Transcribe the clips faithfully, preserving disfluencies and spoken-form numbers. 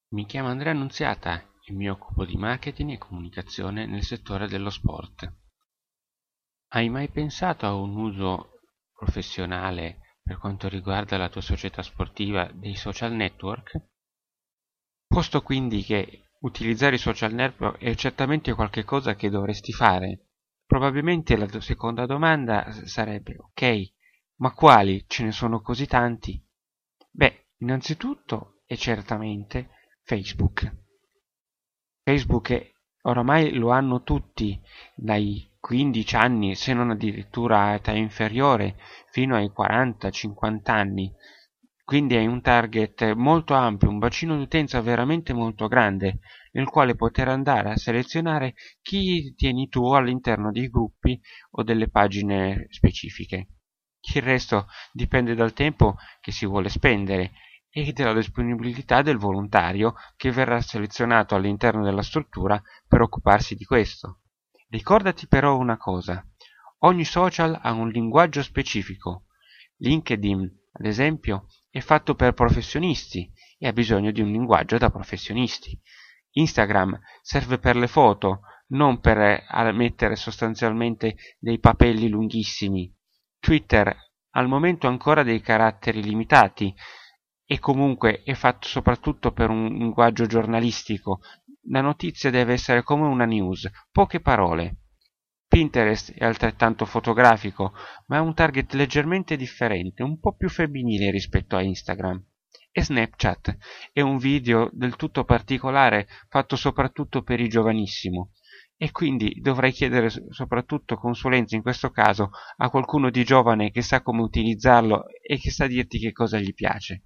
Mi chiamo Andrea Annunziata e mi occupo di marketing e comunicazione nel settore dello sport. Hai mai pensato a un uso professionale per quanto riguarda la tua società sportiva dei social network? Posto quindi che utilizzare i social network è certamente qualcosa che dovresti fare, probabilmente la tua seconda domanda sarebbe: ok, ma quali? Ce ne sono così tanti? Beh, innanzitutto e certamente Facebook. Facebook è- oramai lo hanno tutti, dai quindici anni, se non addirittura a età inferiore, fino ai quaranta cinquanta anni. Quindi hai un target molto ampio, un bacino d'utenza veramente molto grande, nel quale poter andare a selezionare chi tieni tu all'interno dei gruppi o delle pagine specifiche. Il resto dipende dal tempo che si vuole spendere e della disponibilità del volontario che verrà selezionato all'interno della struttura per occuparsi di questo. Ricordati però una cosa: ogni social ha un linguaggio specifico. LinkedIn, ad esempio, è fatto per professionisti e ha bisogno di un linguaggio da professionisti. Instagram serve per le foto, non per eh, mettere sostanzialmente dei papelli lunghissimi. Twitter al momento ha ancora dei caratteri limitati e comunque è fatto soprattutto per un linguaggio giornalistico. La notizia deve essere come una news, poche parole. Pinterest è altrettanto fotografico, ma ha un target leggermente differente, un po' più femminile rispetto a Instagram. E Snapchat è un video del tutto particolare, fatto soprattutto per i giovanissimi. E quindi dovrai chiedere soprattutto consulenza in questo caso a qualcuno di giovane che sa come utilizzarlo e che sa dirti che cosa gli piace.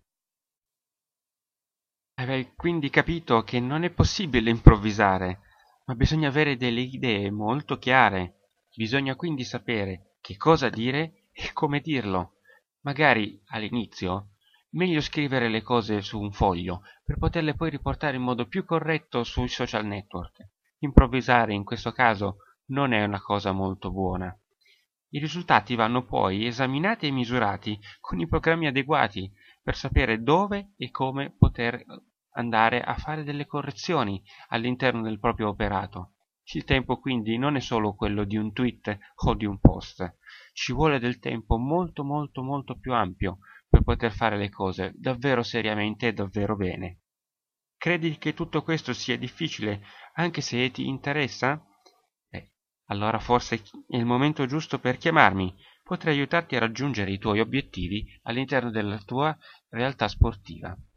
Avrei quindi capito che non è possibile improvvisare, ma bisogna avere delle idee molto chiare. Bisogna quindi sapere che cosa dire e come dirlo. Magari all'inizio meglio scrivere le cose su un foglio per poterle poi riportare in modo più corretto sui social network. Improvvisare in questo caso non è una cosa molto buona. I risultati vanno poi esaminati e misurati con i programmi adeguati per sapere dove e come poter andare a fare delle correzioni all'interno del proprio operato. Il tempo quindi non è solo quello di un tweet o di un post, ci vuole del tempo molto molto molto più ampio per poter fare le cose davvero seriamente e davvero bene. Credi che tutto questo sia difficile anche se ti interessa? Beh, allora forse è il momento giusto per chiamarmi. Potrei aiutarti a raggiungere i tuoi obiettivi all'interno della tua realtà sportiva.